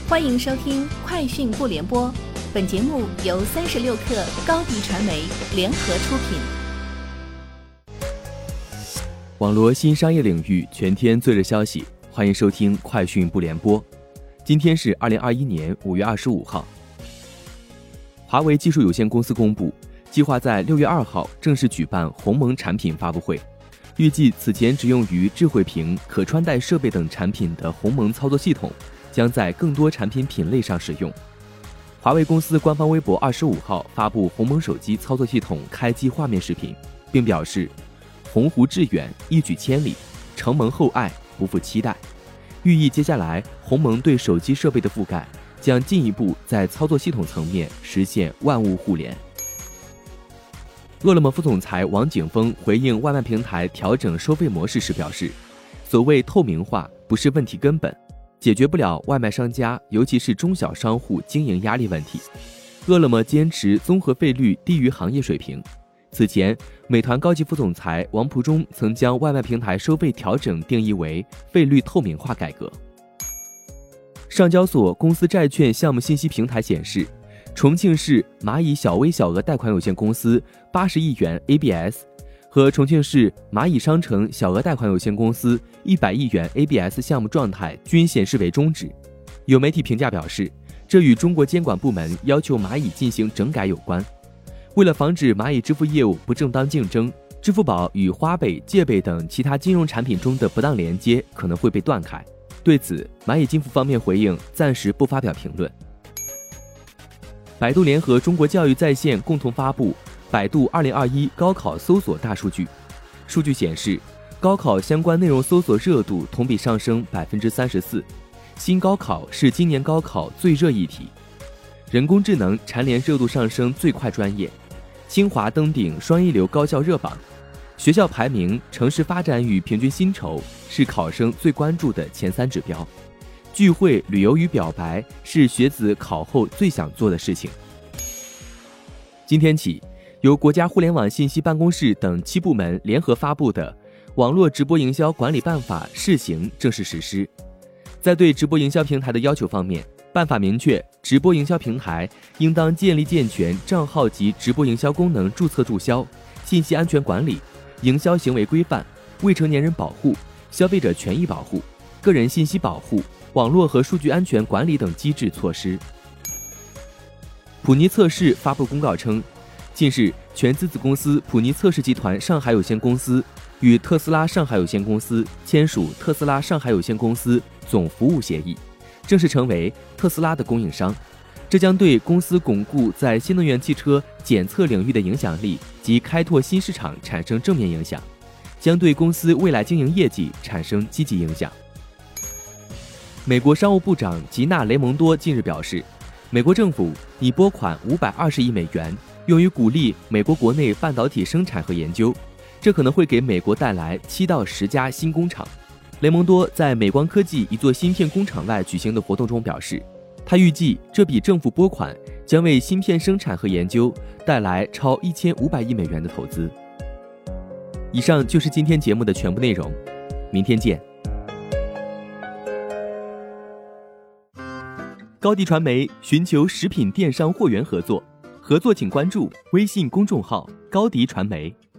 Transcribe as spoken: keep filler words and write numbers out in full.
欢迎收听快讯不联播，本节目由三十六克高低传媒联合出品。 网络新商业领域全天最热消息，欢迎收听快讯不联播。今天是二零二一年五月二十五号。华为技术有限公司公布，计划在六月二号正式举办鸿蒙产品发布会。预计此前只用于智慧屏、可穿戴设备等产品的鸿蒙操作系统，将在更多产品品类上使用。华为公司官方微博二十五号发布鸿蒙手机操作系统开机画面视频，并表示鸿鹄致远，一举千里，承蒙厚爱，不负期待，寓意接下来鸿蒙对手机设备的覆盖将进一步在操作系统层面实现万物互联。饿了么副总裁王景峰回应外卖平台调整收费模式时表示，所谓透明化不是问题根本，解决不了外卖商家尤其是中小商户经营压力问题。饿了么坚持综合费率低于行业水平。此前美团高级副总裁王蒲忠曾将外卖平台收费调整定义为费率透明化改革。上交所公司债券项目信息平台显示，重庆市蚂蚁小微小额贷款有限公司八十亿元 A B S 和重庆市蚂蚁商城小额贷款有限公司一百亿元 A B S 项目状态均显示为终止。有媒体评价表示，这与中国监管部门要求蚂蚁进行整改有关。为了防止蚂蚁支付业务不正当竞争，支付宝与花呗、借呗等其他金融产品中的不当连接可能会被断开。对此，蚂蚁金服方面回应，暂时不发表评论。百度联合中国教育在线共同发布百度二零二一高考搜索大数据。数据显示，高考相关内容搜索热度同比上升 百分之三十四， 新高考是今年高考最热议题。人工智能蝉联热度上升最快专业，清华登顶双一流高校热榜，学校排名、城市发展与平均薪酬是考生最关注的前三指标。聚会、旅游与表白是学子考后最想做的事情。今天起，由国家互联网信息办公室等七部门联合发布的《网络直播营销管理办法》试行正式实施。在对直播营销平台的要求方面，办法明确，直播营销平台应当建立健全账号及直播营销功能注册注销、信息安全管理、营销行为规范、未成年人保护、消费者权益保护、个人信息保护、网络和数据安全管理等机制措施。普尼测试发布公告称，近日全资子公司普尼测试集团上海有限公司与特斯拉上海有限公司签署特斯拉上海有限公司总服务协议，正式成为特斯拉的供应商。这将对公司巩固在新能源汽车检测领域的影响力及开拓新市场产生正面影响，将对公司未来经营业绩产生积极影响。美国商务部长吉娜·雷蒙多近日表示，美国政府拟拨款五百二十亿美元用于鼓励美国国内半导体生产和研究，这可能会给美国带来七到十家新工厂。雷蒙多在美光科技一座芯片工厂外举行的活动中表示，他预计这笔政府拨款将为芯片生产和研究带来超一千五百亿美元的投资。以上就是今天节目的全部内容，明天见。高迪传媒寻求食品电商货源合作，合作请关注微信公众号高迪传媒。